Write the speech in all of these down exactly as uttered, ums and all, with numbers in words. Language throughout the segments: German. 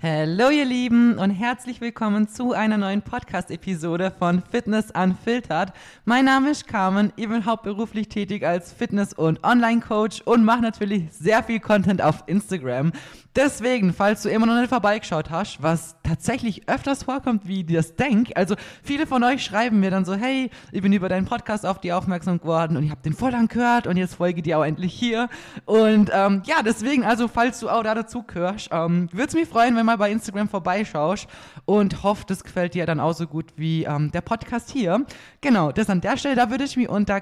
Hallo ihr Lieben und herzlich willkommen zu einer neuen Podcast-Episode von Fitness Unfiltered. Mein Name ist Carmen, ich bin hauptberuflich tätig als Fitness- und Online-Coach und mache natürlich sehr viel Content auf Instagram. Deswegen, falls du immer noch nicht vorbeigeschaut hast, was tatsächlich öfters vorkommt, wie dir das denk, also viele von euch schreiben mir dann so, hey, ich bin über deinen Podcast auf dich aufmerksam geworden und ich habe den voll lang gehört und jetzt folge dir auch endlich hier. Und ähm, ja, deswegen, also falls du auch da dazu gehörst, ähm, würde es mich freuen, wenn du mal bei Instagram vorbeischaust und hoffe, das gefällt dir dann auch so gut wie ähm, der Podcast hier. Genau, das an der Stelle, da würde ich mich unter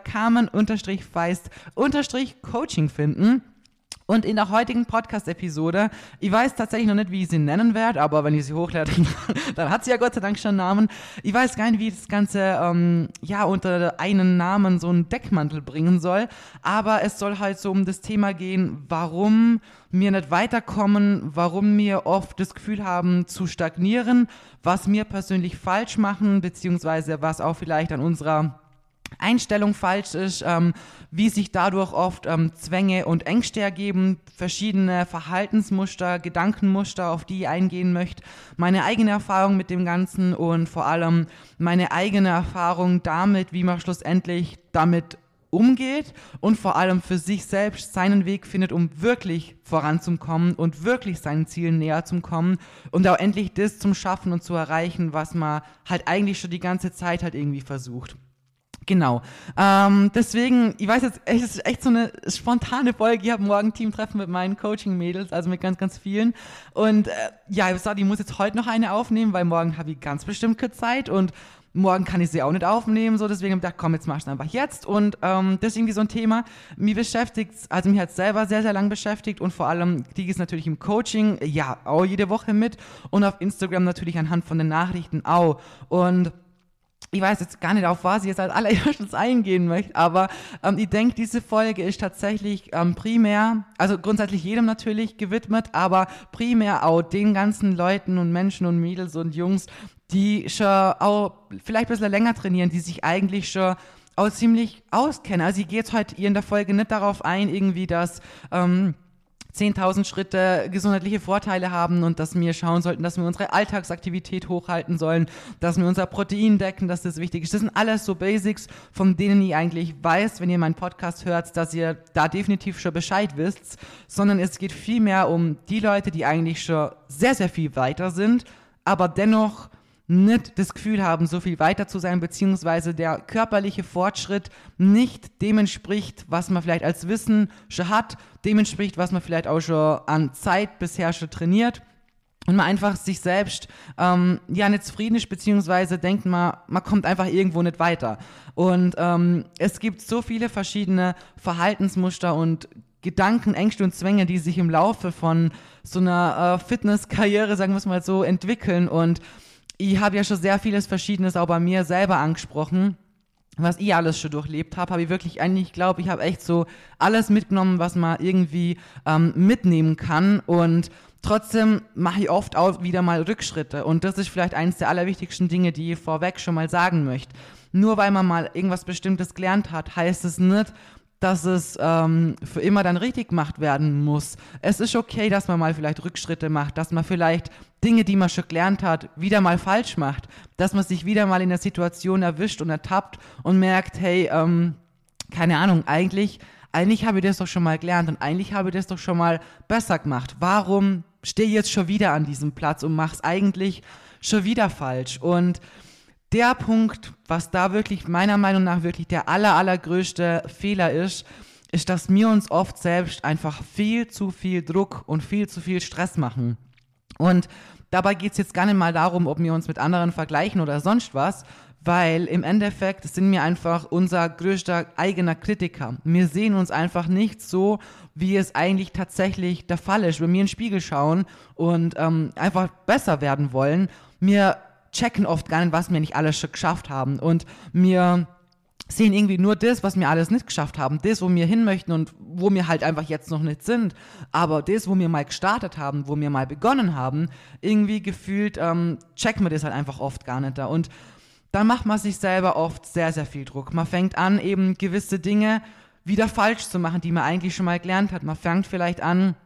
Carmen-Feist-Coaching finden. Und in der heutigen Podcast-Episode, ich weiß tatsächlich noch nicht, wie ich sie nennen werde, aber wenn ich sie hochlade, dann hat sie ja Gott sei Dank schon einen Namen. Ich weiß gar nicht, wie ich das Ganze ähm, ja, unter einen Namen so einen Deckmantel bringen soll, aber es soll halt so um das Thema gehen, warum wir nicht weiterkommen, warum wir oft das Gefühl haben zu stagnieren, was wir persönlich falsch machen, beziehungsweise was auch vielleicht an unserer Einstellung falsch ist, ähm, wie sich dadurch oft ähm, Zwänge und Ängste ergeben, verschiedene Verhaltensmuster, Gedankenmuster, auf die ich eingehen möchte, meine eigene Erfahrung mit dem Ganzen und vor allem meine eigene Erfahrung damit, wie man schlussendlich damit umgeht und vor allem für sich selbst seinen Weg findet, um wirklich voranzukommen und wirklich seinen Zielen näher zu kommen und auch endlich das zum Schaffen und zu erreichen, was man halt eigentlich schon die ganze Zeit halt irgendwie versucht. Genau. Ähm, deswegen, ich weiß jetzt, es ist echt so eine spontane Folge. Ich habe morgen ein Teamtreffen mit meinen Coaching-Mädels, also mit ganz, ganz vielen. Und äh, ja, ich gesagt, ich muss jetzt heute noch eine aufnehmen, weil morgen habe ich ganz bestimmt keine Zeit und morgen kann ich sie auch nicht aufnehmen. So, deswegen habe ich gedacht, komm, jetzt mach ich es einfach jetzt. Und ähm, das ist irgendwie so ein Thema, mich beschäftigt, also mich hat es selber sehr, sehr lang beschäftigt und vor allem kriege ich es natürlich im Coaching, ja, auch jede Woche mit und auf Instagram natürlich anhand von den Nachrichten auch. Und ich weiß jetzt gar nicht, auf was ich jetzt als allererstes eingehen möchte, aber ähm, ich denke, diese Folge ist tatsächlich ähm, primär, also grundsätzlich jedem natürlich gewidmet, aber primär auch den ganzen Leuten und Menschen und Mädels und Jungs, die schon auch vielleicht ein bisschen länger trainieren, die sich eigentlich schon auch ziemlich auskennen. Also ich gehe jetzt heute hier in der Folge nicht darauf ein, irgendwie, dass ähm, zehntausend Schritte gesundheitliche Vorteile haben und dass wir schauen sollten, dass wir unsere Alltagsaktivität hochhalten sollen, dass wir unser Protein decken, dass das wichtig ist. Das sind alles so Basics, von denen ihr eigentlich weiß, wenn ihr meinen Podcast hört, dass ihr da definitiv schon Bescheid wisst, sondern es geht vielmehr um die Leute, die eigentlich schon sehr, sehr viel weiter sind, aber dennoch nicht das Gefühl haben, so viel weiter zu sein, beziehungsweise der körperliche Fortschritt nicht dem entspricht, was man vielleicht als Wissen schon hat, dem entspricht, was man vielleicht auch schon an Zeit bisher schon trainiert und man einfach sich selbst ähm, ja nicht zufrieden ist, beziehungsweise denkt man, man kommt einfach irgendwo nicht weiter. Und ähm, es gibt so viele verschiedene Verhaltensmuster und Gedanken, Ängste und Zwänge, die sich im Laufe von so einer äh, Fitnesskarriere, sagen wir es mal so, entwickeln. Und ich habe ja schon sehr vieles Verschiedenes auch bei mir selber angesprochen, was ich alles schon durchlebt habe, habe ich wirklich eigentlich, ich glaube, ich habe echt so alles mitgenommen, was man irgendwie ähm, mitnehmen kann und trotzdem mache ich oft auch wieder mal Rückschritte und das ist vielleicht eines der allerwichtigsten Dinge, die ich vorweg schon mal sagen möchte. Nur weil man mal irgendwas Bestimmtes gelernt hat, heißt es nicht, dass es ähm, für immer dann richtig gemacht werden muss. Es ist okay, dass man mal vielleicht Rückschritte macht, dass man vielleicht Dinge, die man schon gelernt hat, wieder mal falsch macht, dass man sich wieder mal in der Situation erwischt und ertappt und merkt, hey, ähm, keine Ahnung, eigentlich, eigentlich habe ich das doch schon mal gelernt und eigentlich habe ich das doch schon mal besser gemacht. Warum stehe ich jetzt schon wieder an diesem Platz und mache es eigentlich schon wieder falsch? Und der Punkt, was da wirklich meiner Meinung nach wirklich der aller, allergrößte Fehler ist, ist, dass wir uns oft selbst einfach viel zu viel Druck und viel zu viel Stress machen. Und dabei geht es jetzt gar nicht mal darum, ob wir uns mit anderen vergleichen oder sonst was, weil im Endeffekt sind wir einfach unser größter eigener Kritiker. Wir sehen uns einfach nicht so, wie es eigentlich tatsächlich der Fall ist. Wenn wir in den Spiegel schauen und ähm, einfach besser werden wollen, wir checken oft gar nicht, was wir nicht alles schon geschafft haben und wir sehen irgendwie nur das, was wir alles nicht geschafft haben, das, wo wir hin möchten und wo wir halt einfach jetzt noch nicht sind, aber das, wo wir mal gestartet haben, wo wir mal begonnen haben, irgendwie gefühlt ähm, checken wir das halt einfach oft gar nicht da und dann macht man sich selber oft sehr, sehr viel Druck. Man fängt an, eben gewisse Dinge wieder falsch zu machen, die man eigentlich schon mal gelernt hat. Man fängt vielleicht an,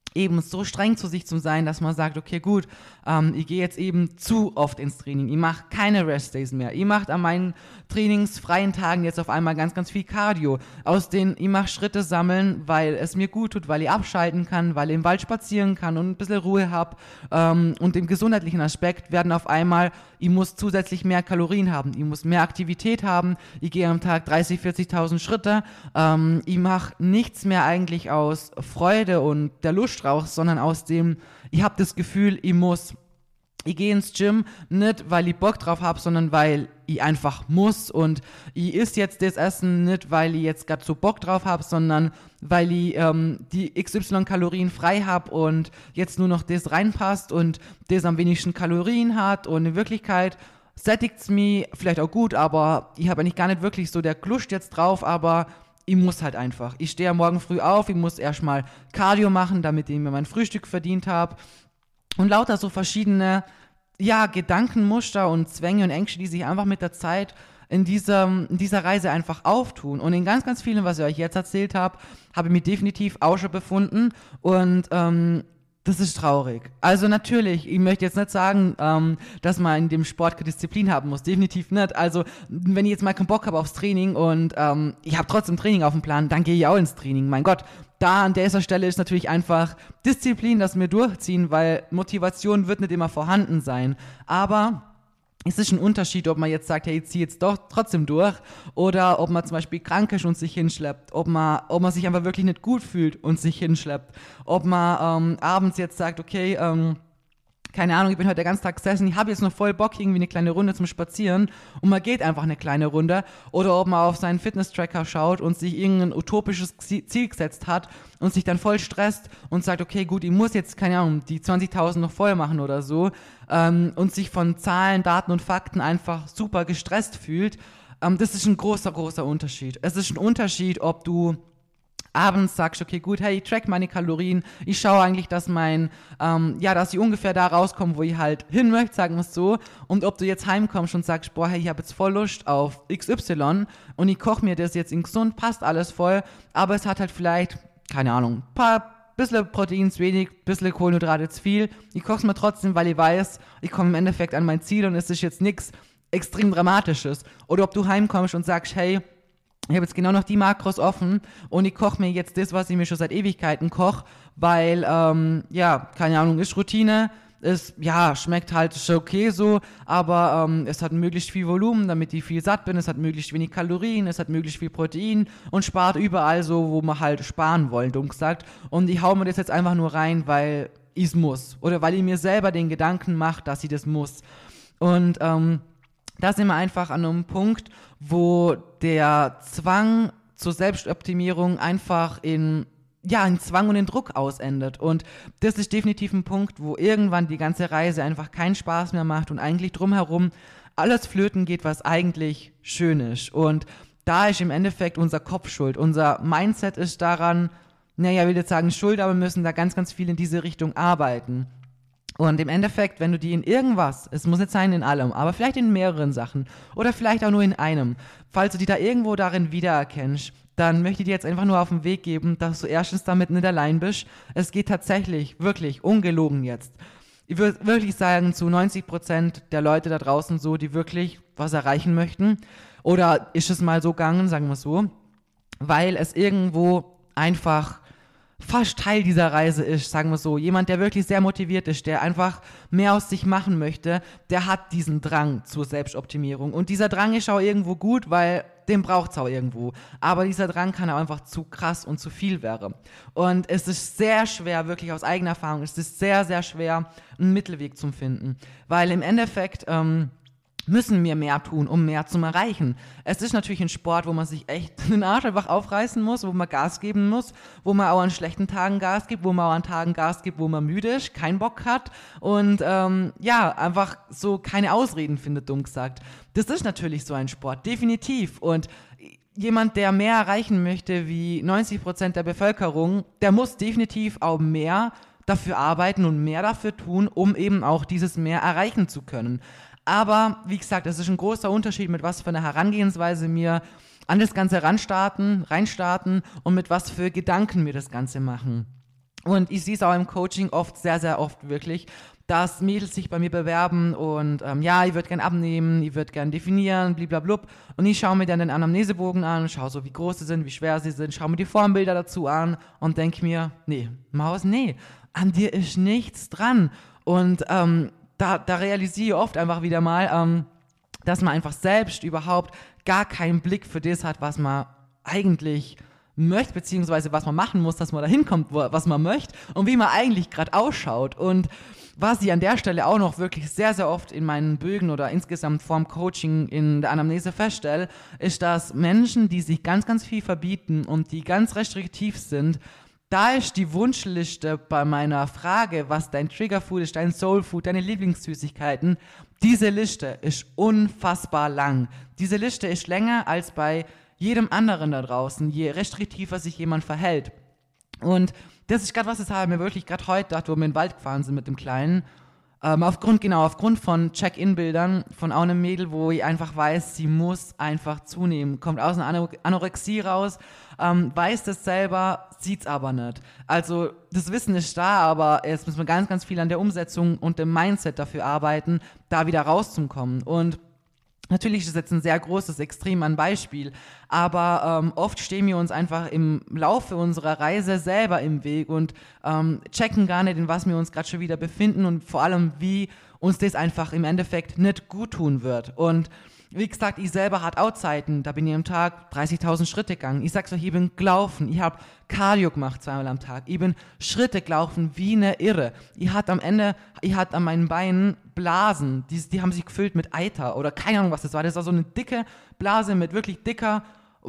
eben so streng zu sich zu sein, dass man sagt, okay, gut, ähm, ich gehe jetzt eben zu oft ins Training, ich mache keine Restdays mehr, ich mache an meinen trainingsfreien Tagen jetzt auf einmal ganz, ganz viel Cardio, aus denen ich mache Schritte sammeln, weil es mir gut tut, weil ich abschalten kann, weil ich im Wald spazieren kann und ein bisschen Ruhe habe, ähm, und im gesundheitlichen Aspekt werden auf einmal, ich muss zusätzlich mehr Kalorien haben, ich muss mehr Aktivität haben, ich gehe am Tag dreißig, vierzigtausend Schritte, ähm, ich mache nichts mehr eigentlich aus Freude und der Lust raus, sondern aus dem, ich habe das Gefühl, ich muss. Ich gehe ins Gym nicht, weil ich Bock drauf habe, sondern weil ich einfach muss, und ich esse jetzt das Essen nicht, weil ich jetzt gerade so Bock drauf habe, sondern weil ich ähm, die X Y Kalorien frei habe und jetzt nur noch das reinpasst und das am wenigsten Kalorien hat, und in Wirklichkeit sättigt es mich vielleicht auch gut, aber ich habe eigentlich gar nicht wirklich so der Lust jetzt drauf, aber ich muss halt einfach. Ich stehe am Morgen früh auf, ich muss erstmal Cardio machen, damit ich mir mein Frühstück verdient habe. Und lauter so verschiedene, ja, Gedankenmuster und Zwänge und Ängste, die sich einfach mit der Zeit in dieser, in dieser Reise einfach auftun. Und in ganz, ganz vielen, was ich euch jetzt erzählt habe, habe ich mich definitiv auch schon befunden. Und ähm, das ist traurig. Also natürlich, ich möchte jetzt nicht sagen, ähm, dass man in dem Sport keine Disziplin haben muss. Definitiv nicht. Also wenn ich jetzt mal keinen Bock habe aufs Training und ähm, ich habe trotzdem Training auf dem Plan, dann gehe ich auch ins Training. Mein Gott, da an dieser Stelle ist natürlich einfach Disziplin, das wir durchziehen, weil Motivation wird nicht immer vorhanden sein. Aber es ist ein Unterschied, ob man jetzt sagt, hey, ich ziehe jetzt doch trotzdem durch, oder ob man zum Beispiel krank ist und sich hinschleppt, ob man, ob man sich einfach wirklich nicht gut fühlt und sich hinschleppt, ob man ähm, abends jetzt sagt, okay, ähm, keine Ahnung, ich bin heute den ganzen Tag gesessen, ich habe jetzt noch voll Bock, irgendwie eine kleine Runde zum Spazieren, und man geht einfach eine kleine Runde, oder ob man auf seinen Fitness-Tracker schaut und sich irgendein utopisches Ziel gesetzt hat und sich dann voll stresst und sagt, okay, gut, ich muss jetzt, keine Ahnung, die zwanzigtausend noch voll machen oder so, ähm, und sich von Zahlen, Daten und Fakten einfach super gestresst fühlt. Ähm, das ist ein großer, großer Unterschied. Es ist ein Unterschied, ob du abends sagst, okay, gut, hey, ich track meine Kalorien, ich schaue eigentlich, dass mein, ähm, ja, dass ich ungefähr da rauskomme, wo ich halt hin möchte, sagen wir es so, und ob du jetzt heimkommst und sagst, boah, hey, ich habe jetzt voll Lust auf X Y und ich koche mir das jetzt in gesund, passt alles voll, aber es hat halt vielleicht, keine Ahnung, ein paar bisschen Protein zu wenig, bisschen Kohlenhydrate zu viel, ich koche es mir trotzdem, weil ich weiß, ich komme im Endeffekt an mein Ziel und es ist jetzt nichts extrem Dramatisches. Oder ob du heimkommst und sagst, hey, ich habe jetzt genau noch die Makros offen und ich koche mir jetzt das, was ich mir schon seit Ewigkeiten koche, weil, ähm, ja, keine Ahnung, ist Routine, es, ja, schmeckt halt schon okay so, aber ähm, es hat möglichst viel Volumen, damit ich viel satt bin, es hat möglichst wenig Kalorien, es hat möglichst viel Protein und spart überall so, wo man halt sparen wollen, dumm gesagt. Und ich hau mir das jetzt einfach nur rein, weil ich es muss oder weil ich mir selber den Gedanken mache, dass ich das muss. Und, ähm, da sind wir einfach an einem Punkt, wo der Zwang zur Selbstoptimierung einfach in, ja, in Zwang und in Druck ausendet. Und das ist definitiv ein Punkt, wo irgendwann die ganze Reise einfach keinen Spaß mehr macht und eigentlich drumherum alles flöten geht, was eigentlich schön ist. Und da ist im Endeffekt unser Kopf schuld. Unser Mindset ist daran, naja, ich will jetzt sagen schuld, aber wir müssen da ganz, ganz viel in diese Richtung arbeiten. Und im Endeffekt, wenn du die in irgendwas, es muss nicht sein in allem, aber vielleicht in mehreren Sachen oder vielleicht auch nur in einem, falls du die da irgendwo darin wiedererkennst, dann möchte ich dir jetzt einfach nur auf den Weg geben, dass du erstens damit nicht allein bist. Es geht tatsächlich, wirklich, ungelogen jetzt. Ich würde wirklich sagen, zu neunzig Prozent der Leute da draußen so, die wirklich was erreichen möchten. Oder ist es mal so gegangen, sagen wir es so, weil es irgendwo einfach fast Teil dieser Reise ist, sagen wir so. Jemand, der wirklich sehr motiviert ist, der einfach mehr aus sich machen möchte, der hat diesen Drang zur Selbstoptimierung. Und dieser Drang ist auch irgendwo gut, weil den braucht es auch irgendwo. Aber dieser Drang kann auch einfach zu krass und zu viel werden. Und es ist sehr schwer, wirklich aus eigener Erfahrung, es ist sehr, sehr schwer, einen Mittelweg zu finden. Weil im Endeffekt ähm, müssen wir mehr tun, um mehr zu erreichen. Es ist natürlich ein Sport, wo man sich echt den Arsch einfach aufreißen muss, wo man Gas geben muss, wo man auch an schlechten Tagen Gas gibt, wo man auch an Tagen Gas gibt, wo man müde ist, keinen Bock hat und ähm, ja, einfach so keine Ausreden findet, dumm gesagt. Das ist natürlich so ein Sport, definitiv. Und jemand, der mehr erreichen möchte wie neunzig Prozent der Bevölkerung, der muss definitiv auch mehr dafür arbeiten und mehr dafür tun, um eben auch dieses mehr erreichen zu können. Aber, wie gesagt, es ist ein großer Unterschied, mit was für einer Herangehensweise wir an das Ganze ranstarten, reinstarten und mit was für Gedanken wir das Ganze machen. Und ich sehe es auch im Coaching oft, sehr, sehr oft wirklich, dass Mädels sich bei mir bewerben und ähm, ja, ich würde gern abnehmen, ich würde gern definieren, bliblablub. Und ich schaue mir dann den Anamnesebogen an, schaue so, wie groß sie sind, wie schwer sie sind, schaue mir die Formbilder dazu an und denke mir, nee, Maus, nee, an dir ist nichts dran. Und ähm, da, da realisiere ich oft einfach wieder mal, ähm, dass man einfach selbst überhaupt gar keinen Blick für das hat, was man eigentlich möchte, beziehungsweise was man machen muss, dass man da hinkommt, was man möchte und wie man eigentlich gerade ausschaut. Und was ich an der Stelle auch noch wirklich sehr, sehr oft in meinen Bögen oder insgesamt vorm Coaching in der Anamnese feststelle, ist, dass Menschen, die sich ganz, ganz viel verbieten und die ganz restriktiv sind, da ist die Wunschliste bei meiner Frage, was dein Triggerfood ist, dein Soulfood, deine Lieblingssüßigkeiten, diese Liste ist unfassbar lang. Diese Liste ist länger als bei jedem anderen da draußen, je restriktiver sich jemand verhält. Und das ist gerade was, das habe ich mir wirklich gerade heute gedacht, wo wir in den Wald gefahren sind mit dem Kleinen. Ähm, aufgrund, genau, aufgrund von Check-in-Bildern von auch einem Mädel, wo ich einfach weiß, sie muss einfach zunehmen. Kommt aus einer Anorexie raus, ähm, weiß das selber, sieht es aber nicht. Also das Wissen ist da, aber jetzt müssen wir ganz, ganz viel an der Umsetzung und dem Mindset dafür arbeiten, da wieder rauszukommen. Und natürlich ist das jetzt ein sehr großes Extrem an Beispiel, aber ähm, oft stehen wir uns einfach im Laufe unserer Reise selber im Weg und ähm, checken gar nicht, in was wir uns gerade schon wieder befinden und vor allem, wie uns das einfach im Endeffekt nicht gut tun wird. Und wie gesagt, ich selber hatte auch Zeiten, da bin ich am Tag dreißigtausend Schritte gegangen. Ich sag's euch, ich bin gelaufen, ich habe Cardio gemacht zweimal am Tag. Ich bin Schritte gelaufen wie eine Irre. Ich hatte am Ende, ich hatte an meinen Beinen Blasen, die, die haben sich gefüllt mit Eiter oder keine Ahnung, was das war. Das war so eine dicke Blase mit wirklich dicker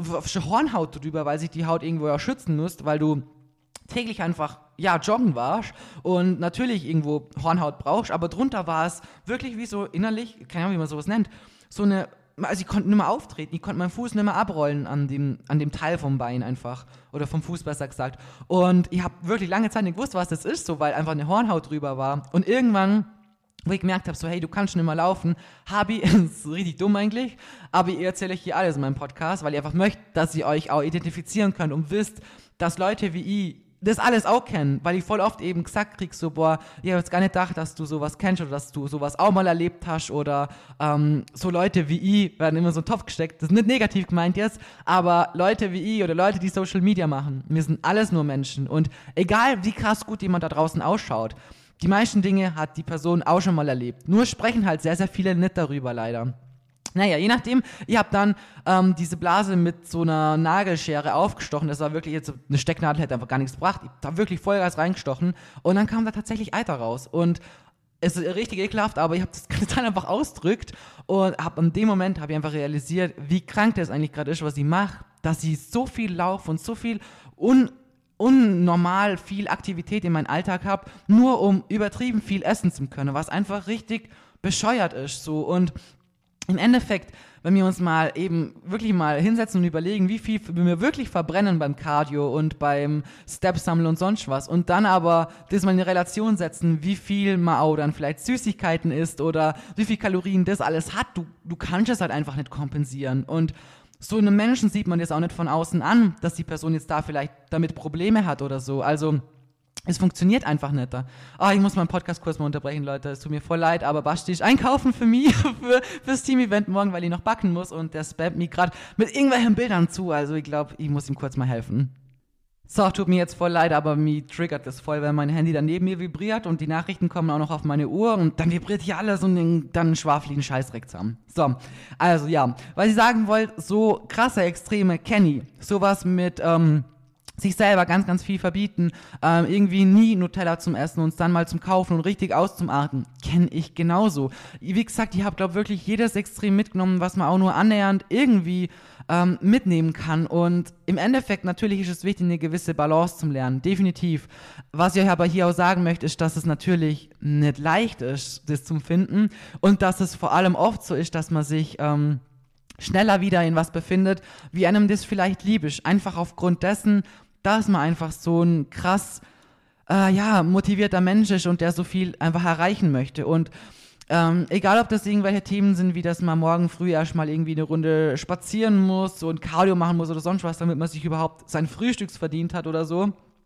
Hornhaut drüber, weil sich die Haut irgendwo ja schützen muss, weil du täglich einfach, ja, joggen warst und natürlich irgendwo Hornhaut brauchst, aber drunter war es wirklich wie so innerlich, keine Ahnung, wie man sowas nennt, so eine, also ich konnte nicht mehr auftreten, ich konnte meinen Fuß nicht mehr abrollen an dem, an dem Teil vom Bein einfach, oder vom Fuß besser gesagt. Und ich habe wirklich lange Zeit nicht gewusst, was das ist, so, weil einfach eine Hornhaut drüber war. Und irgendwann, wo ich gemerkt habe, so hey, du kannst nicht mehr laufen, habe ich, das ist richtig dumm eigentlich, aber ich erzähle euch hier alles in meinem Podcast, weil ich einfach möchte, dass ihr euch auch identifizieren könnt und wisst, dass Leute wie ich das alles auch kennen, weil ich voll oft eben gesagt krieg, so, boah, ich habe jetzt gar nicht gedacht, dass du sowas kennst oder dass du sowas auch mal erlebt hast oder ähm, so Leute wie ich werden immer so in den Topf gesteckt. Das ist nicht negativ gemeint jetzt, aber Leute wie ich oder Leute, die Social Media machen, wir sind alles nur Menschen und egal, wie krass gut jemand da draußen ausschaut, die meisten Dinge hat die Person auch schon mal erlebt. Nur sprechen halt sehr, sehr viele nicht darüber, leider. Naja, je nachdem, ich habe dann ähm, diese Blase mit so einer Nagelschere aufgestochen. Das war wirklich jetzt, eine Stecknadel hätte einfach gar nichts gebracht. Ich habe wirklich Vollgas reingestochen und dann kam da tatsächlich Eiter raus. Und es ist richtig ekelhaft, aber ich habe das dann einfach ausgedrückt und habe in dem Moment habe ich einfach realisiert, wie krank das eigentlich gerade ist, was ich mache, dass ich so viel laufe und so viel un unnormal viel Aktivität in meinem Alltag habe, nur um übertrieben viel essen zu können, was einfach richtig bescheuert ist. So. Und im Endeffekt, wenn wir uns mal eben wirklich mal hinsetzen und überlegen, wie viel wir wirklich verbrennen beim Cardio und beim Step-Sammeln und sonst was und dann aber das mal in eine Relation setzen, wie viel man auch dann vielleicht Süßigkeiten isst oder wie viel Kalorien das alles hat, du, du kannst es halt einfach nicht kompensieren. Und so einem Menschen sieht man das auch nicht von außen an, dass die Person jetzt da vielleicht damit Probleme hat oder so. Also es funktioniert einfach nicht. Ah, ich muss meinen Podcast kurz mal unterbrechen, Leute. Es tut mir voll leid, aber Basti ist einkaufen für mich, für, fürs Team-Event morgen, weil ich noch backen muss und der spammt mich gerade mit irgendwelchen Bildern zu. Also ich glaube, ich muss ihm kurz mal helfen. So, tut mir jetzt voll leid, aber mich triggert das voll, weil mein Handy dann neben mir vibriert und die Nachrichten kommen auch noch auf meine Uhr und dann vibriert hier alles und den, dann schwafeligen Scheißdreck zusammen. So, also ja, was ich sagen wollte, so krasse Extreme kenne ich. Sowas mit, ähm, sich selber ganz, ganz viel verbieten, ähm, irgendwie nie Nutella zum Essen und dann mal zum Kaufen und richtig auszumarten, kenne ich genauso. Wie gesagt, ich habe, glaube wirklich jedes Extrem mitgenommen, was man auch nur annähernd irgendwie ähm, mitnehmen kann und im Endeffekt natürlich ist es wichtig, eine gewisse Balance zum Lernen, definitiv. Was ich euch aber hier auch sagen möchte, ist, dass es natürlich nicht leicht ist, das zu finden und dass es vor allem oft so ist, dass man sich ähm, schneller wieder in was befindet, wie einem das vielleicht lieb ist, einfach aufgrund dessen, dass man einfach so ein krass, äh, ja, motivierter Mensch ist und der so viel einfach erreichen möchte. Und ähm, egal, ob das irgendwelche Themen sind, wie dass man morgen früh erstmal irgendwie eine Runde spazieren muss und Cardio machen muss oder sonst was, damit man sich überhaupt sein Frühstücks verdient hat oder so.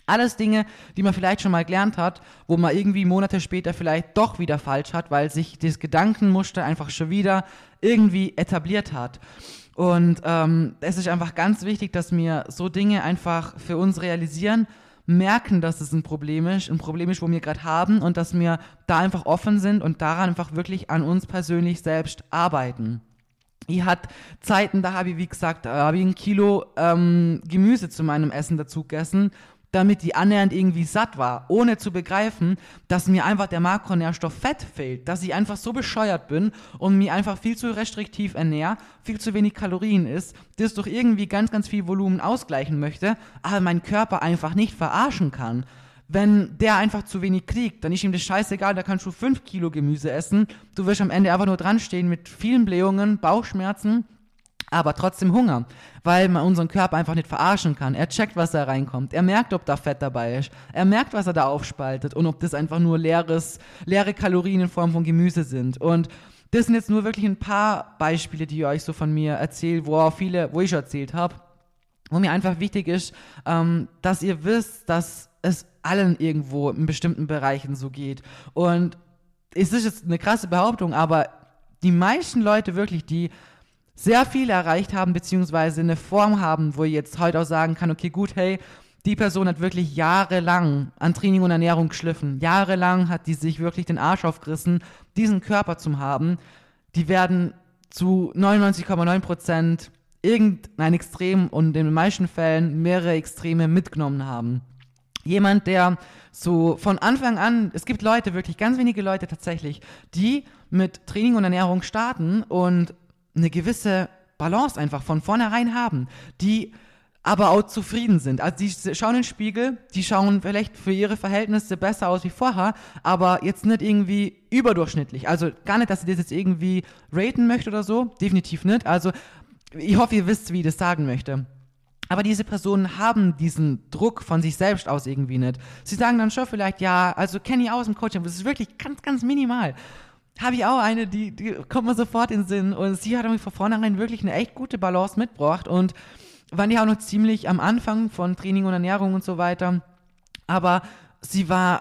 Alles Dinge, die man vielleicht schon mal gelernt hat, wo man irgendwie Monate später vielleicht doch wieder falsch hat, weil sich das Gedankenmuster einfach schon wieder irgendwie etabliert hat. Und ähm, es ist einfach ganz wichtig, dass wir so Dinge einfach für uns realisieren, merken, dass es ein Problem ist, ein Problem ist, wo wir gerade haben und dass wir da einfach offen sind und daran einfach wirklich an uns persönlich selbst arbeiten. Ich hatte Zeiten, da habe ich, wie gesagt, da habe ich ein Kilo ähm, Gemüse zu meinem Essen dazu gegessen, damit die annähernd irgendwie satt war, ohne zu begreifen, dass mir einfach der Makronährstoff Fett fehlt, dass ich einfach so bescheuert bin und mir einfach viel zu restriktiv ernähre, viel zu wenig Kalorien isst, das durch irgendwie ganz, ganz viel Volumen ausgleichen möchte, aber mein Körper einfach nicht verarschen kann. Wenn der einfach zu wenig kriegt, dann ist ihm das scheißegal, da kannst du fünf Kilo Gemüse essen, du wirst am Ende einfach nur dran stehen mit vielen Blähungen, Bauchschmerzen, aber trotzdem Hunger, weil man unseren Körper einfach nicht verarschen kann. Er checkt, was da reinkommt. Er merkt, ob da Fett dabei ist. Er merkt, was er da aufspaltet und ob das einfach nur leeres, leere Kalorien in Form von Gemüse sind. Und das sind jetzt nur wirklich ein paar Beispiele, die ich euch so von mir erzähle, wo auch viele, wo ich schon erzählt habe, wo mir einfach wichtig ist, ähm, dass ihr wisst, dass es allen irgendwo in bestimmten Bereichen so geht. Und es ist jetzt eine krasse Behauptung, aber die meisten Leute wirklich, die sehr viel erreicht haben, beziehungsweise eine Form haben, wo ich jetzt heute auch sagen kann, okay, gut, hey, die Person hat wirklich jahrelang an Training und Ernährung geschliffen. Jahrelang hat die sich wirklich den Arsch aufgerissen, diesen Körper zu haben. Die werden zu neunundneunzig Komma neun Prozent irgendein Extrem und in den meisten Fällen mehrere Extreme mitgenommen haben. Jemand, der so von Anfang an, es gibt Leute, wirklich ganz wenige Leute tatsächlich, die mit Training und Ernährung starten und eine gewisse Balance einfach von vornherein haben, die aber auch zufrieden sind. Also die schauen in den Spiegel, die schauen vielleicht für ihre Verhältnisse besser aus wie vorher, aber jetzt nicht irgendwie überdurchschnittlich. Also gar nicht, dass ich das jetzt irgendwie raten möchte oder so, definitiv nicht. Also ich hoffe, ihr wisst, wie ich das sagen möchte. Aber diese Personen haben diesen Druck von sich selbst aus irgendwie nicht. Sie sagen dann schon vielleicht, ja, also kenne ich aus dem Coaching, das ist wirklich ganz, ganz minimal. Habe ich auch eine, die, die kommt mir sofort in den Sinn und sie hat mir von vornherein wirklich eine echt gute Balance mitgebracht und waren ja auch noch ziemlich am Anfang von Training und Ernährung und so weiter, aber sie war,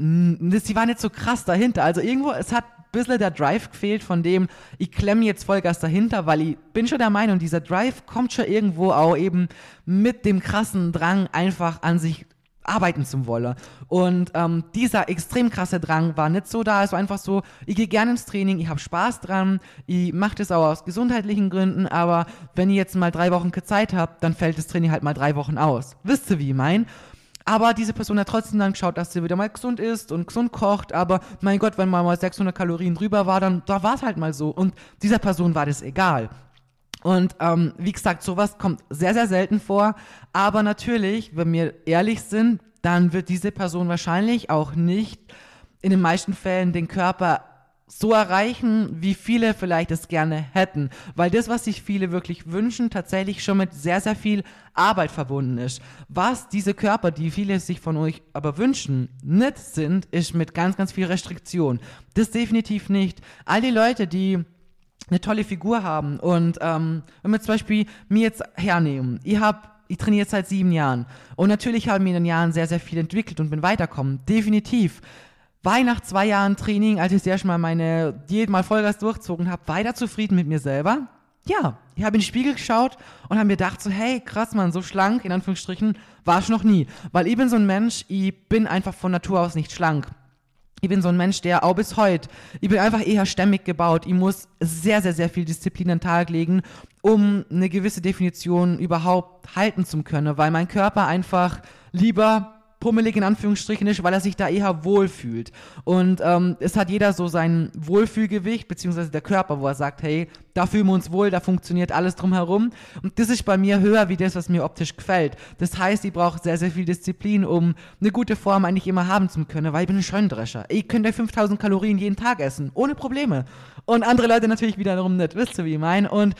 sie war nicht so krass dahinter, also irgendwo, es hat ein bisschen der Drive gefehlt von dem, ich klemme jetzt Vollgas dahinter, weil ich bin schon der Meinung, dieser Drive kommt schon irgendwo auch eben mit dem krassen Drang einfach an sich arbeiten zu wollen. Und ähm, dieser extrem krasse Drang war nicht so da. Es war einfach so, ich gehe gerne ins Training, ich habe Spaß dran, ich mache das auch aus gesundheitlichen Gründen, aber wenn ich jetzt mal drei Wochen keine Zeit habe, dann fällt das Training halt mal drei Wochen aus. Wisst ihr, wie ich mein? Aber diese Person hat trotzdem dann geschaut, dass sie wieder mal gesund isst und gesund kocht, aber mein Gott, wenn man mal sechshundert Kalorien drüber war, dann da war es halt mal so. Und dieser Person war das egal. Und ähm, wie gesagt, sowas kommt sehr, sehr selten vor. Aber natürlich, wenn wir ehrlich sind, dann wird diese Person wahrscheinlich auch nicht in den meisten Fällen den Körper so erreichen, wie viele vielleicht es gerne hätten. Weil das, was sich viele wirklich wünschen, tatsächlich schon mit sehr, sehr viel Arbeit verbunden ist. Was diese Körper, die viele sich von euch aber wünschen, nicht sind, ist mit ganz, ganz viel Restriktion. Das definitiv nicht. All die Leute, die eine tolle Figur haben und ähm, wenn wir zum Beispiel mir jetzt hernehmen, ich habe ich trainiere jetzt seit sieben Jahren und natürlich haben wir in den Jahren sehr, sehr viel entwickelt und bin weitergekommen, definitiv. War ich nach zwei Jahren Training, als ich das erste Mal meine Diät mal Vollgas durchgezogen habe, weiter zufrieden mit mir selber? Ja, ich habe in den Spiegel geschaut und habe mir gedacht so, hey, krass, Mann, so schlank, in Anführungsstrichen, war ich noch nie. Weil ich bin so ein Mensch, ich bin einfach von Natur aus nicht schlank. Ich bin so ein Mensch, der auch bis heute, ich bin einfach eher stämmig gebaut. Ich muss sehr, sehr, sehr viel Disziplin an den Tag legen, um eine gewisse Definition überhaupt halten zu können, weil mein Körper einfach lieber pummelig in Anführungsstrichen ist, weil er sich da eher wohlfühlt. Und ähm, es hat jeder so sein Wohlfühlgewicht, beziehungsweise der Körper, wo er sagt, hey, da fühlen wir uns wohl, da funktioniert alles drumherum. Und das ist bei mir höher wie das, was mir optisch gefällt. Das heißt, ich brauche sehr, sehr viel Disziplin, um eine gute Form eigentlich immer haben zu können, weil ich bin ein Scheunendrescher. Ich könnte fünftausend Kalorien jeden Tag essen, ohne Probleme. Und andere Leute natürlich wiederum nicht, wisst ihr, wie ich meine? Und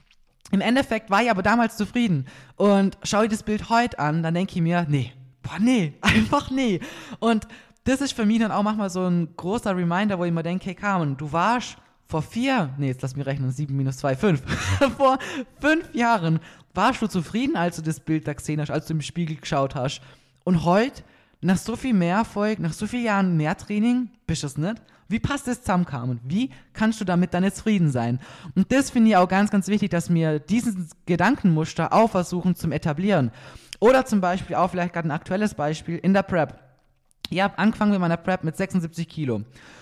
im Endeffekt war ich aber damals zufrieden. Und schaue ich das Bild heute an, dann denke ich mir, nee, boah, nee, einfach nee. Und das ist für mich dann auch manchmal so ein großer Reminder, wo ich mir denke, hey Carmen, du warst vor vier, nee, jetzt lass mich rechnen, sieben minus zwei, fünf. Vor fünf Jahren warst du zufrieden, als du das Bild da gesehen hast, als du im Spiegel geschaut hast. Und heute, nach so viel mehr Erfolg, nach so vielen Jahren mehr Training, bist du es nicht? Wie passt das zusammen, Carmen? Wie kannst du damit dann jetzt zufrieden sein? Und das finde ich auch ganz, ganz wichtig, dass wir diesen Gedankenmuster auch versuchen zu etablieren. Oder zum Beispiel auch vielleicht gerade ein aktuelles Beispiel in der Prep. Ich habe angefangen mit meiner Prep mit sechsundsiebzig Kilo.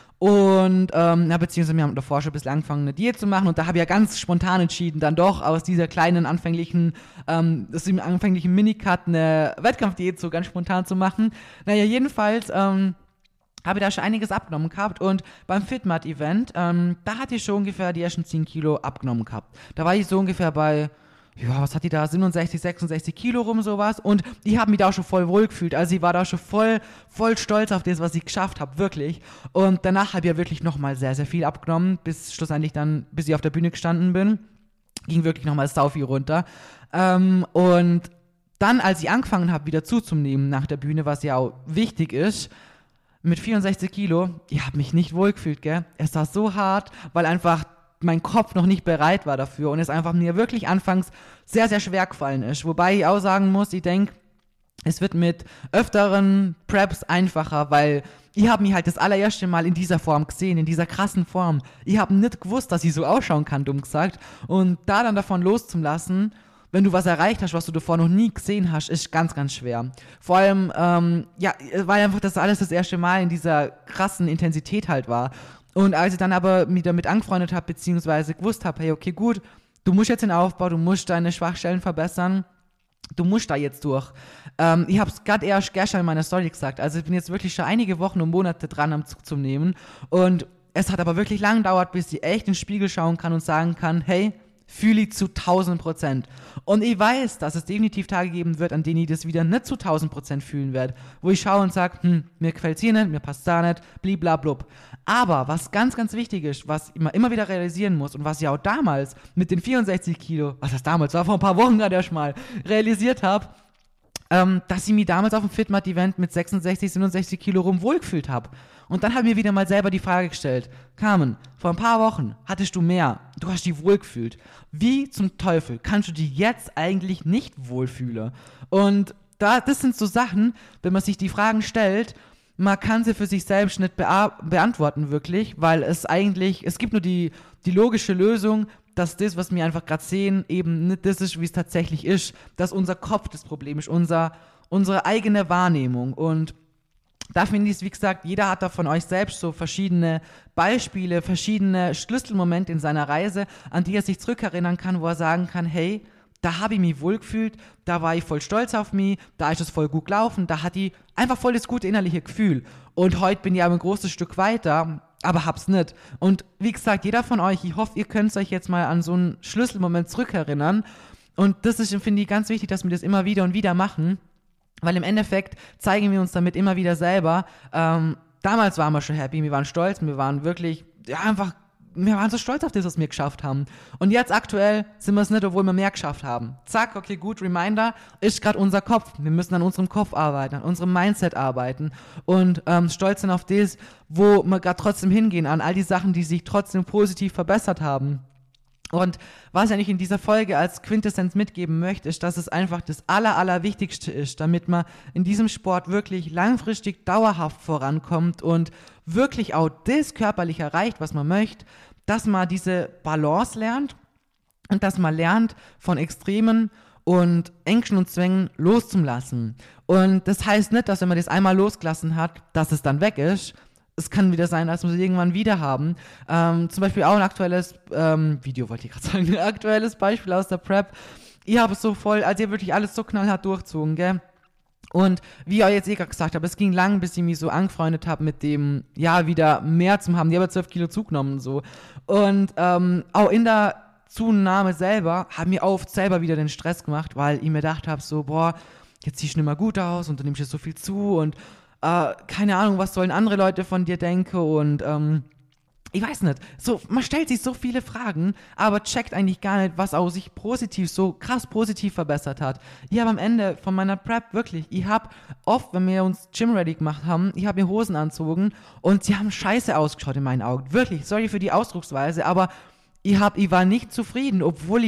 Und, ähm, ja, beziehungsweise wir haben davor schon ein bisschen angefangen, eine Diät zu machen. Und da habe ich ja ganz spontan entschieden, dann doch aus dieser kleinen anfänglichen, ähm, aus dem anfänglichen Minicut eine Wettkampfdiät so ganz spontan zu machen. Naja, jedenfalls, ähm, habe ich da schon einiges abgenommen gehabt und beim FitMat-Event, ähm, da hatte ich schon ungefähr die ersten zehn Kilo abgenommen gehabt. Da war ich so ungefähr bei, ja, was hat die da, siebenundsechzig, sechsundsechzig Kilo rum, sowas. Und ich habe mich da auch schon voll wohl gefühlt. Also ich war da schon voll, voll stolz auf das, was ich geschafft habe, wirklich. Und danach habe ich ja wirklich nochmal sehr, sehr viel abgenommen, bis schlussendlich dann, bis ich auf der Bühne gestanden bin. Ging wirklich nochmal sau viel runter. Ähm, und dann, als ich angefangen habe, wieder zuzunehmen nach der Bühne, was ja auch wichtig ist, mit vierundsechzig Kilo, ich habe mich nicht wohlgefühlt, gell. Es war so hart, weil einfach mein Kopf noch nicht bereit war dafür und es einfach mir wirklich anfangs sehr, sehr schwer gefallen ist. Wobei ich auch sagen muss, ich denke, es wird mit öfteren Preps einfacher, weil ich habe mich halt das allererste Mal in dieser Form gesehen, in dieser krassen Form. Ich habe nicht gewusst, dass ich so ausschauen kann, dumm gesagt. Und da dann davon loszulassen, wenn du was erreicht hast, was du davor noch nie gesehen hast, ist ganz, ganz schwer. Vor allem, ähm, ja, weil einfach das alles das erste Mal in dieser krassen Intensität halt war. Und als ich dann aber mich damit angefreundet habe, beziehungsweise gewusst habe, hey, okay, gut, du musst jetzt den Aufbau, du musst deine Schwachstellen verbessern, du musst da jetzt durch. Ähm, ich habe es gerade erst gestern in meiner Story gesagt, also ich bin jetzt wirklich schon einige Wochen und Monate dran am Zug zu nehmen und es hat aber wirklich lang gedauert, bis ich echt in den Spiegel schauen kann und sagen kann, hey, fühle ich zu tausend Prozent. Und ich weiß, dass es definitiv Tage geben wird, an denen ich das wieder nicht zu tausend Prozent fühlen werde. Wo ich schaue und sage, hm, mir gefällt es hier nicht, mir passt es da nicht, bliblablub. Aber was ganz, ganz wichtig ist, was ich immer, immer wieder realisieren muss und was ich auch damals mit den vierundsechzig Kilo, was das damals war, vor ein paar Wochen gerade erst mal, realisiert habe, ähm, dass ich mich damals auf dem FitMat-Event mit sechsundsechzig, siebenundsechzig Kilo rum wohlgefühlt habe. Und dann habe ich mir wieder mal selber die Frage gestellt, Carmen, vor ein paar Wochen hattest du mehr, du hast dich wohlgefühlt. Wie zum Teufel kannst du dich jetzt eigentlich nicht wohlfühlen? Und da, das sind so Sachen, wenn man sich die Fragen stellt, man kann sie für sich selbst nicht bea- beantworten wirklich, weil es eigentlich, es gibt nur die, die logische Lösung, dass das, was wir einfach gerade sehen, eben nicht das ist, wie es tatsächlich ist, dass unser Kopf das Problem ist, unser, unsere eigene Wahrnehmung. Und da finde ich es, wie gesagt, jeder hat da von euch selbst so verschiedene Beispiele, verschiedene Schlüsselmomente in seiner Reise, an die er sich zurückerinnern kann, wo er sagen kann, hey, da habe ich mich wohlgefühlt, da war ich voll stolz auf mich, da ist es voll gut gelaufen, da hatte ich einfach voll das gute innerliche Gefühl. Und heute bin ich aber ein großes Stück weiter, aber hab's nicht. Und wie gesagt, jeder von euch, ich hoffe, ihr könnt euch jetzt mal an so einen Schlüsselmoment zurückerinnern. Und das ist, finde ich, ganz wichtig, dass wir das immer wieder und wieder machen. Weil im Endeffekt zeigen wir uns damit immer wieder selber, ähm, damals waren wir schon happy, wir waren stolz, wir waren wirklich, ja, einfach, wir waren so stolz auf das, was wir geschafft haben. Und jetzt aktuell sind wir es nicht, obwohl wir mehr geschafft haben. Zack, okay, gut, Reminder, ist gerade unser Kopf. Wir müssen an unserem Kopf arbeiten, an unserem Mindset arbeiten und ähm, stolz sind auf das, wo wir gerade trotzdem hingehen, an all die Sachen, die sich trotzdem positiv verbessert haben. Und was ich eigentlich in dieser Folge als Quintessenz mitgeben möchte, ist, dass es einfach das Aller, Allerwichtigste ist, damit man in diesem Sport wirklich langfristig dauerhaft vorankommt und wirklich auch das körperlich erreicht, was man möchte, dass man diese Balance lernt und dass man lernt, von Extremen und Ängsten und Zwängen loszulassen. Und das heißt nicht, dass wenn man das einmal losgelassen hat, dass es dann weg ist. Es kann wieder sein, dass wir es irgendwann wieder haben. Ähm, zum Beispiel auch ein aktuelles ähm, Video, wollte ich gerade sagen, ein aktuelles Beispiel aus der Prep. Ich habe es so voll, also ihr wirklich alles so knallhart durchzogen, gell? Und wie ich auch jetzt eh gerade gesagt habe, es ging lang, bis ich mich so angefreundet habe mit dem, ja, wieder mehr zu haben. Die haben zwölf Kilo zugenommen, so. Und ähm, auch in der Zunahme selber haben mir oft selber wieder den Stress gemacht, weil ich mir gedacht habe, so, boah, jetzt siehst du nicht mehr gut aus und du nimmst jetzt so viel zu und Uh, keine Ahnung, was sollen andere Leute von dir denken und ähm, ich weiß nicht, so, man stellt sich so viele Fragen, aber checkt eigentlich gar nicht, was auch sich positiv, so krass positiv verbessert hat. Ich habe am Ende von meiner Prep wirklich, ich habe oft, wenn wir uns Gym ready gemacht haben, ich habe mir Hosen anzogen und sie haben scheiße ausgeschaut in meinen Augen, wirklich, sorry für die Ausdrucksweise, aber ich, hab, ich war nicht zufrieden, obwohl ich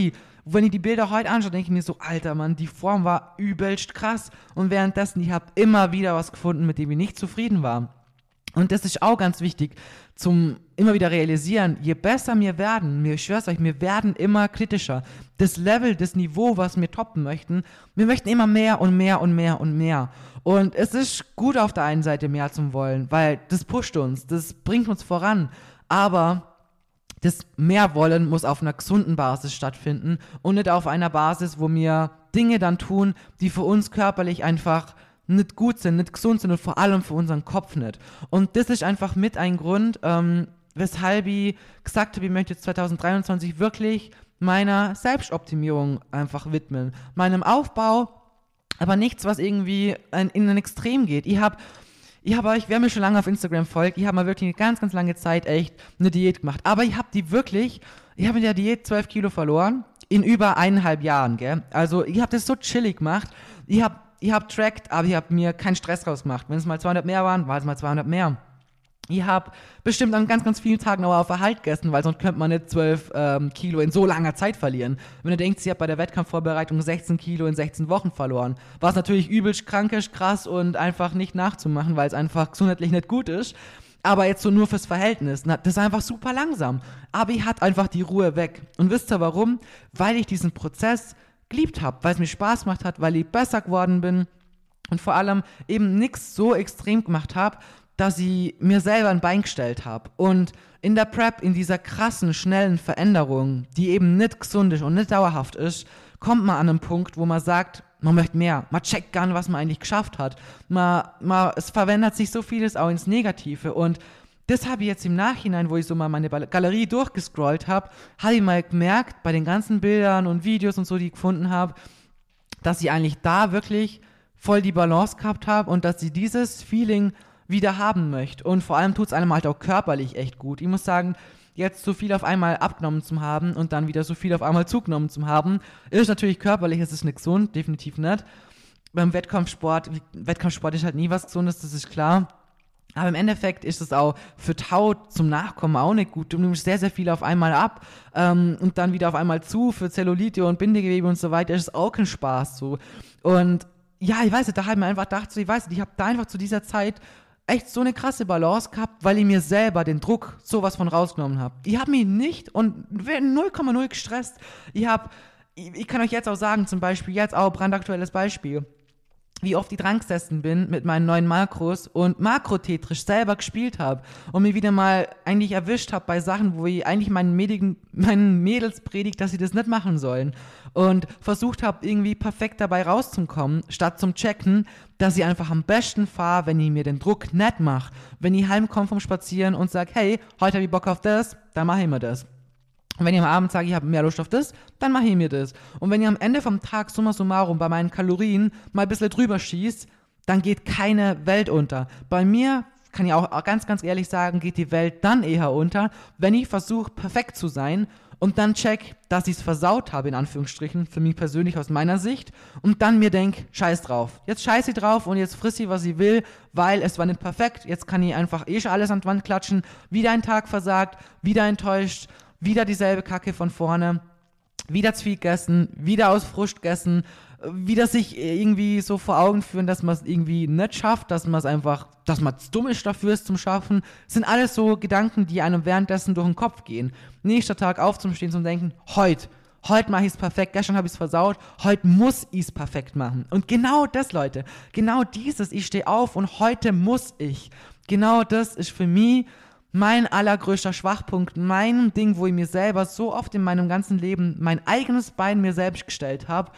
wenn ich die Bilder heute anschaue, denke ich mir so, Alter, Mann, die Form war übelst krass. Und währenddessen, ich habe immer wieder was gefunden, mit dem ich nicht zufrieden war. Und das ist auch ganz wichtig, zum immer wieder realisieren, je besser wir werden, mir schwör's euch, wir werden immer kritischer. Das Level, das Niveau, was wir toppen möchten, wir möchten immer mehr und mehr und mehr und mehr. Und es ist gut auf der einen Seite mehr zu wollen, weil das pusht uns, das bringt uns voran. Aber das Mehrwollen muss auf einer gesunden Basis stattfinden und nicht auf einer Basis, wo wir Dinge dann tun, die für uns körperlich einfach nicht gut sind, nicht gesund sind und vor allem für unseren Kopf nicht. Und das ist einfach mit ein Grund, ähm, weshalb ich gesagt habe, ich möchte jetzt zwanzig dreiundzwanzig wirklich meiner Selbstoptimierung einfach widmen, meinem Aufbau, aber nichts, was irgendwie in, in ein Extrem geht. Ich habe Ich habe euch, wer mir schon lange auf Instagram folgt, ich habe mal wirklich eine ganz, ganz lange Zeit echt eine Diät gemacht. Aber ich habe die wirklich, ich habe in der Diät zwölf Kilo verloren, in über eineinhalb Jahren, gell. Also ich habe das so chillig gemacht. Ich habe ich hab tracked, aber ich habe mir keinen Stress rausgemacht. Wenn es mal zweihundert mehr waren, war es mal zweihundert mehr. Ich habe bestimmt an ganz, ganz vielen Tagen aber auf Erhalt gegessen, weil sonst könnte man nicht zwölf ähm, Kilo in so langer Zeit verlieren. Wenn du denkst, sie hat bei der Wettkampfvorbereitung sechzehn Kilo in sechzehn Wochen verloren, was natürlich übelst krankisch, krass und einfach nicht nachzumachen, weil es einfach gesundheitlich nicht gut ist. Aber jetzt so nur fürs Verhältnis, das ist einfach super langsam. Aber ich hatte einfach die Ruhe weg. Und wisst ihr warum? Weil ich diesen Prozess geliebt habe, weil es mir Spaß gemacht hat, weil ich besser geworden bin und vor allem eben nichts so extrem gemacht habe, dass ich mir selber ein Bein gestellt habe. Und in der Prep, in dieser krassen, schnellen Veränderung, die eben nicht gesund ist und nicht dauerhaft ist, kommt man an einen Punkt, wo man sagt, man möchte mehr. Man checkt gar nicht, was man eigentlich geschafft hat. Man, man, es verwendet sich so vieles auch ins Negative. Und das habe ich jetzt im Nachhinein, wo ich so mal meine Galerie durchgescrollt habe, habe ich mal gemerkt, bei den ganzen Bildern und Videos und so, die ich gefunden habe, dass ich eigentlich da wirklich voll die Balance gehabt habe und dass ich dieses Feeling wieder haben möchte. Und vor allem tut es einem halt auch körperlich echt gut. Ich muss sagen, jetzt so viel auf einmal abgenommen zu haben und dann wieder so viel auf einmal zugenommen zu haben, ist natürlich körperlich, es ist nicht gesund, definitiv nicht. Beim Wettkampfsport, Wettkampfsport ist halt nie was Gesundes, das ist klar. Aber im Endeffekt ist es auch für Tau zum Nachkommen auch nicht gut. Du nimmst sehr, sehr viel auf einmal ab ähm, und dann wieder auf einmal zu. Für Zellulite und Bindegewebe und so weiter ist es auch kein Spaß. So. Und ja, ich weiß nicht, da habe ich mir einfach gedacht, so, ich weiß nicht, ich habe da einfach zu dieser Zeit echt so eine krasse Balance gehabt, weil ich mir selber den Druck sowas von rausgenommen habe. Ich habe mich nicht und null Komma null gestresst. Ich habe, ich, ich kann euch jetzt auch sagen, zum Beispiel, jetzt auch brandaktuelles Beispiel, wie oft ich dran gesessen bin mit meinen neuen Makros und Makro-Tetris selber gespielt habe und mich wieder mal eigentlich erwischt habe bei Sachen, wo ich eigentlich meinen, Medigen, meinen Mädels predigt, dass sie das nicht machen sollen und versucht habe, irgendwie perfekt dabei rauszukommen, statt zum Checken, dass ich einfach am besten fahre, wenn ich mir den Druck nicht mache. Wenn ich heimkomme vom Spazieren und sage, hey, heute habe ich Bock auf das, dann mache ich mir das. Und wenn ich am Abend sage, ich habe mehr Lust auf das, dann mache ich mir das. Und wenn ich am Ende vom Tag summa summarum bei meinen Kalorien mal ein bisschen drüber schieße, dann geht keine Welt unter. Bei mir, kann ich auch ganz, ganz ehrlich sagen, geht die Welt dann eher unter, wenn ich versuche, perfekt zu sein und dann check, dass ich es versaut habe, in Anführungsstrichen, für mich persönlich aus meiner Sicht, und dann mir denk, scheiß drauf. Jetzt scheiß ich drauf und jetzt friss ich, was ich will, weil es war nicht perfekt. Jetzt kann ich einfach eh schon alles an die Wand klatschen. Wieder ein Tag versagt, wieder enttäuscht, wieder dieselbe Kacke von vorne, wieder zu viel gegessen, wieder aus Frust gegessen, wieder sich irgendwie so vor Augen führen, dass man es irgendwie nicht schafft, dass man es einfach, dass man dumm ist dafür, es zum Schaffen. Das sind alles so Gedanken, die einem währenddessen durch den Kopf gehen. Nächster Tag aufzustehen und denken, heute, heute mache ich es perfekt, gestern habe ich es versaut, heute muss ich es perfekt machen. Und genau das, Leute, genau dieses, ich stehe auf und heute muss ich, genau das ist für mich mein allergrößter Schwachpunkt, mein Ding, wo ich mir selber so oft in meinem ganzen Leben mein eigenes Bein mir selbst gestellt habe,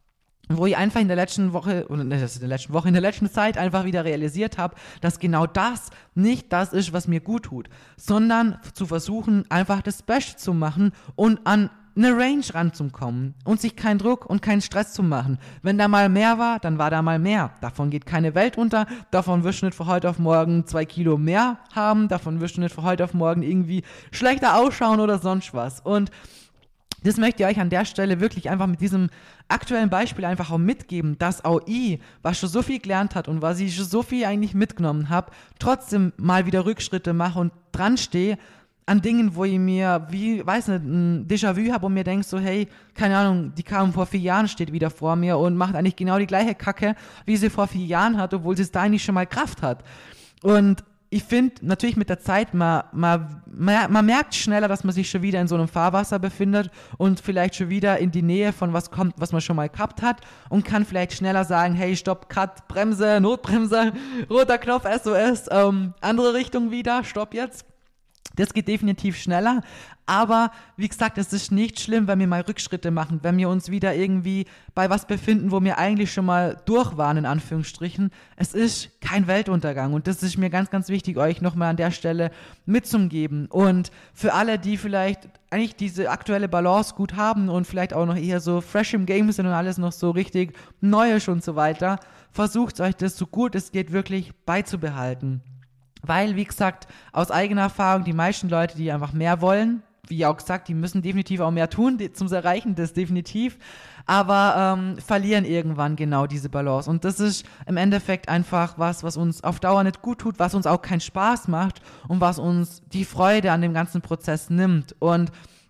wo ich einfach in der letzten Woche, oder nicht in der letzten Woche, in der letzten Zeit einfach wieder realisiert habe, dass genau das nicht das ist, was mir gut tut, sondern zu versuchen, einfach das Beste zu machen und an eine Range ranzukommen und sich keinen Druck und keinen Stress zu machen. Wenn da mal mehr war, dann war da mal mehr. Davon geht keine Welt unter, davon wirst du nicht von heute auf morgen zwei Kilo mehr haben, davon wirst du nicht von heute auf morgen irgendwie schlechter ausschauen oder sonst was. Und das möchte ich euch an der Stelle wirklich einfach mit diesem aktuellen Beispiel einfach auch mitgeben, dass auch ich, was schon so viel gelernt hat und was ich schon so viel eigentlich mitgenommen habe, trotzdem mal wieder Rückschritte mache und dran stehe, an Dingen, wo ich mir, wie, weiß nicht, ein Déjà-vu habe und mir denke so, hey, keine Ahnung, die kam vor vier Jahren, steht wieder vor mir und macht eigentlich genau die gleiche Kacke, wie sie vor vier Jahren hat, obwohl sie es da eigentlich schon mal Kraft hat. Und ich finde, natürlich mit der Zeit, man, man, man, man merkt schneller, dass man sich schon wieder in so einem Fahrwasser befindet und vielleicht schon wieder in die Nähe von was kommt, was man schon mal gehabt hat und kann vielleicht schneller sagen, hey, stopp, Cut, Bremse, Notbremse, roter Knopf, S O S, ähm, andere Richtung wieder, stopp jetzt. Das geht definitiv schneller, aber wie gesagt, es ist nicht schlimm, wenn wir mal Rückschritte machen, wenn wir uns wieder irgendwie bei was befinden, wo wir eigentlich schon mal durch waren, in Anführungsstrichen. Es ist kein Weltuntergang und das ist mir ganz, ganz wichtig, euch nochmal an der Stelle mitzugeben. Und für alle, die vielleicht eigentlich diese aktuelle Balance gut haben und vielleicht auch noch eher so fresh im Game sind und alles noch so richtig neu ist und so weiter, versucht euch das so gut es geht wirklich beizubehalten. Weil, wie gesagt, aus eigener Erfahrung, die meisten Leute, die einfach mehr wollen, wie auch gesagt, die müssen definitiv auch mehr tun, zum Erreichen, das definitiv, aber ähm, verlieren irgendwann genau diese Balance. Und das ist im Endeffekt einfach was, was uns auf Dauer nicht gut tut, was uns auch keinen Spaß macht und was uns die Freude an dem ganzen Prozess nimmt. Und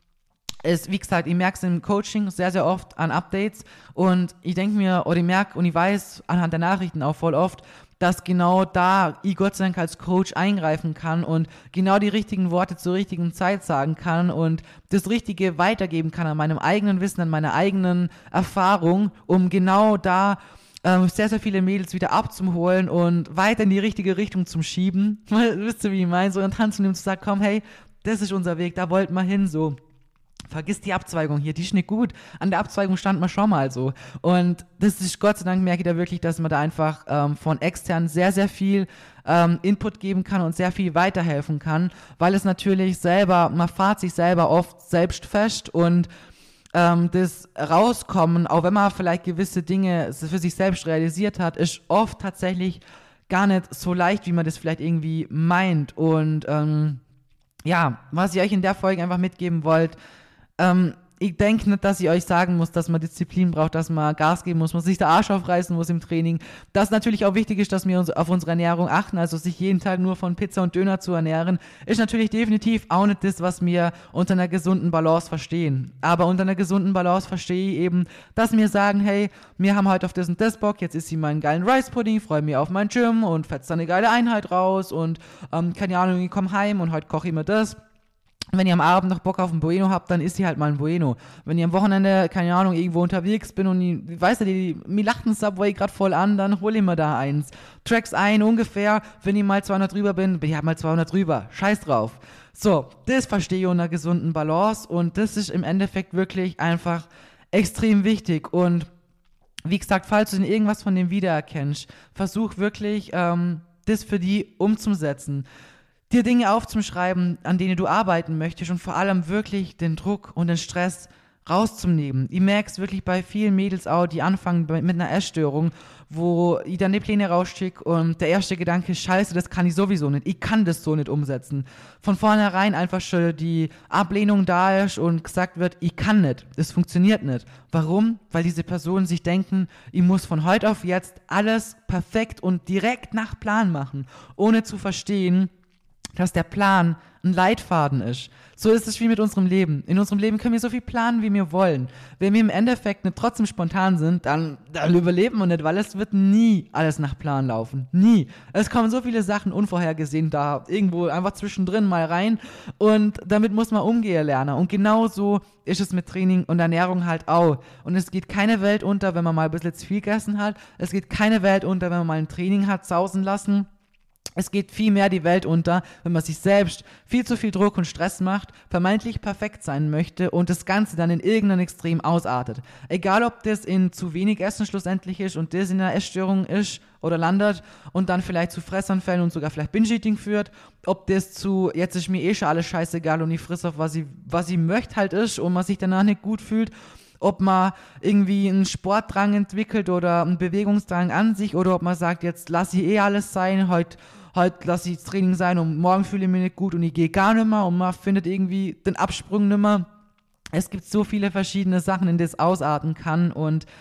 es, wie gesagt, ich merke es im Coaching sehr, sehr oft an Updates und ich denke mir, oder ich merke und ich weiß anhand der Nachrichten auch voll oft, dass genau da ich Gott sei Dank als Coach eingreifen kann und genau die richtigen Worte zur richtigen Zeit sagen kann und das Richtige weitergeben kann an meinem eigenen Wissen, an meiner eigenen Erfahrung, um genau da ähm, sehr, sehr viele Mädels wieder abzuholen und weiter in die richtige Richtung zu schieben. Wisst ihr, wie ich meine? So in die Hand zu nehmen, zu sagen, komm, hey, das ist unser Weg, da wollten wir hin, so. Vergiss die Abzweigung hier, die ist nicht gut. An der Abzweigung stand man schon mal so. Und das ist, Gott sei Dank merke ich da wirklich, dass man da einfach ähm, von extern sehr, sehr viel ähm, Input geben kann und sehr viel weiterhelfen kann, weil es natürlich selber, man fährt sich selber oft selbst fest und ähm, das Rauskommen, auch wenn man vielleicht gewisse Dinge für sich selbst realisiert hat, ist oft tatsächlich gar nicht so leicht, wie man das vielleicht irgendwie meint. Und ähm, ja, was ich euch in der Folge einfach mitgeben wollte, Ähm, ich denke nicht, dass ich euch sagen muss, dass man Disziplin braucht, dass man Gas geben muss, man sich der Arsch aufreißen muss im Training. Dass natürlich auch wichtig ist, dass wir uns auf unsere Ernährung achten, also sich jeden Tag nur von Pizza und Döner zu ernähren, ist natürlich definitiv auch nicht das, was wir unter einer gesunden Balance verstehen. Aber unter einer gesunden Balance verstehe ich eben, dass wir sagen, hey, wir haben heute auf das und das Bock, jetzt isst ich meinen geilen Rice Pudding, freue mich auf mein Gym und fetzt dann eine geile Einheit raus und ähm, keine Ahnung, ich komme heim und heute koche ich mir das. Wenn ihr am Abend noch Bock auf ein Bueno habt, dann isst ihr halt mal ein Bueno. Wenn ihr am Wochenende, keine Ahnung, irgendwo unterwegs bin und ich, weißt du, die, mir lacht ein Subway gerade voll an, dann hol ich mir da eins. Tracks ein ungefähr, wenn ich mal zweihundert drüber bin, bin ich halt mal zweihundert drüber. Scheiß drauf. So, das verstehe ich unter einer gesunden Balance und das ist im Endeffekt wirklich einfach extrem wichtig und wie gesagt, falls du in irgendwas von dem wiedererkennst, versuch wirklich, ähm, das für die umzusetzen. Dir Dinge aufzuschreiben, an denen du arbeiten möchtest und vor allem wirklich den Druck und den Stress rauszunehmen. Ich merke es wirklich bei vielen Mädels auch, die anfangen mit einer Essstörung, wo ich dann die Pläne rausschicke und der erste Gedanke ist, scheiße, das kann ich sowieso nicht, ich kann das so nicht umsetzen. Von vornherein einfach schon die Ablehnung da ist und gesagt wird, ich kann nicht, das funktioniert nicht. Warum? Weil diese Personen sich denken, ich muss von heute auf jetzt alles perfekt und direkt nach Plan machen, ohne zu verstehen, dass der Plan ein Leitfaden ist. So ist es wie mit unserem Leben. In unserem Leben können wir so viel planen, wie wir wollen. Wenn wir im Endeffekt nicht trotzdem spontan sind, dann, dann überleben wir nicht, weil es wird nie alles nach Plan laufen. Nie. Es kommen so viele Sachen unvorhergesehen da irgendwo einfach zwischendrin mal rein und damit muss man umgehen lernen. Und genauso ist es mit Training und Ernährung halt auch. Und es geht keine Welt unter, wenn man mal ein bisschen zu viel gegessen hat. Es geht keine Welt unter, wenn man mal ein Training hat sausen lassen. Es geht viel mehr die Welt unter, wenn man sich selbst viel zu viel Druck und Stress macht, vermeintlich perfekt sein möchte und das Ganze dann in irgendeinem Extrem ausartet. Egal, ob das in zu wenig Essen schlussendlich ist und das in einer Essstörung ist oder landet und dann vielleicht zu Fressanfällen und sogar vielleicht Binge-Eating führt, ob das zu, jetzt ist mir eh schon alles scheißegal und ich friss auf, was ich, was ich möchte halt ist und man sich danach nicht gut fühlt, ob man irgendwie einen Sportdrang entwickelt oder einen Bewegungsdrang an sich oder ob man sagt, jetzt lasse ich eh alles sein, heute heute lasse ich das Training sein und morgen fühle ich mich nicht gut und ich gehe gar nicht mehr und man findet irgendwie den Absprung nicht mehr. Es gibt so viele verschiedene Sachen, in denen es ausarten kann und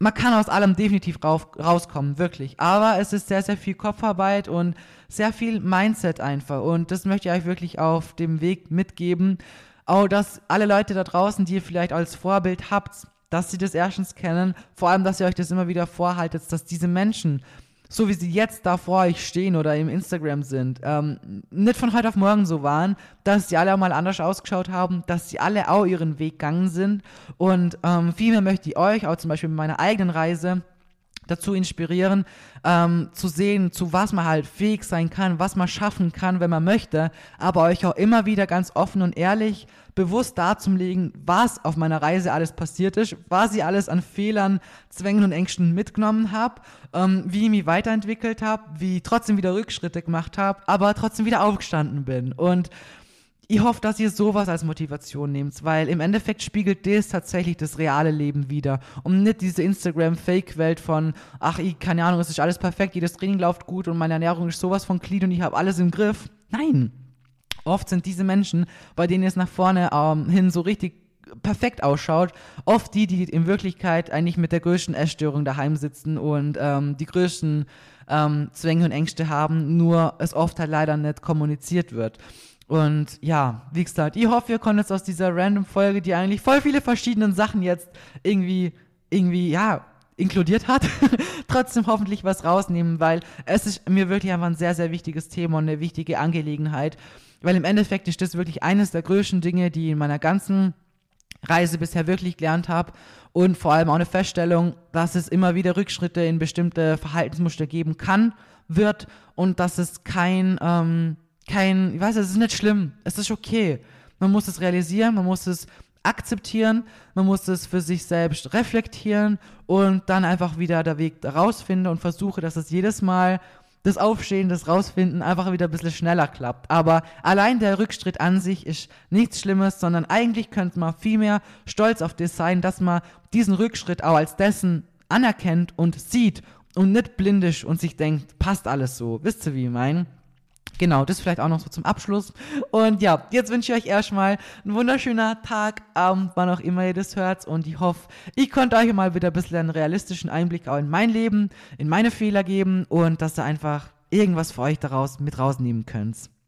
man kann aus allem definitiv rauf, rauskommen, wirklich. Aber es ist sehr, sehr viel Kopfarbeit und sehr viel Mindset einfach. Und das möchte ich euch wirklich auf dem Weg mitgeben. Auch, dass alle Leute da draußen, die ihr vielleicht als Vorbild habt, dass sie das erstens kennen, vor allem, dass ihr euch das immer wieder vorhaltet, dass diese Menschen, so wie sie jetzt da vor euch stehen oder im Instagram sind, ähm, nicht von heute auf morgen so waren, dass sie alle auch mal anders ausgeschaut haben, dass sie alle auch ihren Weg gegangen sind. Und ähm, vielmehr möchte ich euch, auch zum Beispiel mit meiner eigenen Reise, dazu inspirieren, ähm, zu sehen, zu was man halt fähig sein kann, was man schaffen kann, wenn man möchte, aber euch auch immer wieder ganz offen und ehrlich bewusst darzulegen, was auf meiner Reise alles passiert ist, was ich alles an Fehlern, Zwängen und Ängsten mitgenommen habe, ähm, wie ich mich weiterentwickelt habe, wie ich trotzdem wieder Rückschritte gemacht habe, aber trotzdem wieder aufgestanden bin. Und ich hoffe, dass ihr sowas als Motivation nehmt, weil im Endeffekt spiegelt das tatsächlich das reale Leben wider und nicht diese Instagram-Fake-Welt von, ach, ich, keine Ahnung, es ist alles perfekt, jedes Training läuft gut und meine Ernährung ist sowas von clean und ich habe alles im Griff. Nein, oft sind diese Menschen, bei denen es nach vorne ähm, hin so richtig perfekt ausschaut, oft die, die in Wirklichkeit eigentlich mit der größten Essstörung daheim sitzen und ähm, die größten ähm, Zwänge und Ängste haben, nur es oft halt leider nicht kommuniziert wird. Und ja, wie gesagt, ich hoffe, ihr konntet aus dieser Random-Folge, die eigentlich voll viele verschiedene Sachen jetzt irgendwie, irgendwie, ja, inkludiert hat, trotzdem hoffentlich was rausnehmen, weil es ist mir wirklich einfach ein sehr, sehr wichtiges Thema und eine wichtige Angelegenheit, weil im Endeffekt ist das wirklich eines der größten Dinge, die ich in meiner ganzen Reise bisher wirklich gelernt habe und vor allem auch eine Feststellung, dass es immer wieder Rückschritte in bestimmte Verhaltensmuster geben kann, wird und dass es kein, ähm, kein, ich weiß, es ist nicht schlimm, es ist okay. Man muss es realisieren, man muss es akzeptieren, man muss es für sich selbst reflektieren und dann einfach wieder der Weg daraus finden und versuche, dass es jedes Mal das Aufstehen, das Rausfinden einfach wieder ein bisschen schneller klappt. Aber allein der Rückschritt an sich ist nichts Schlimmes, sondern eigentlich könnte man viel mehr stolz auf das sein, dass man diesen Rückschritt auch als dessen anerkennt und sieht und nicht blindisch und sich denkt, passt alles so. Wisst ihr, wie ich meine? Genau, das vielleicht auch noch so zum Abschluss. Und ja, jetzt wünsche ich euch erstmal einen wunderschönen Tag, Abend, wann auch immer ihr das hört. Und ich hoffe, ich konnte euch mal wieder ein bisschen einen realistischen Einblick auch in mein Leben, in meine Fehler geben und dass ihr einfach irgendwas für euch daraus mit rausnehmen könnt.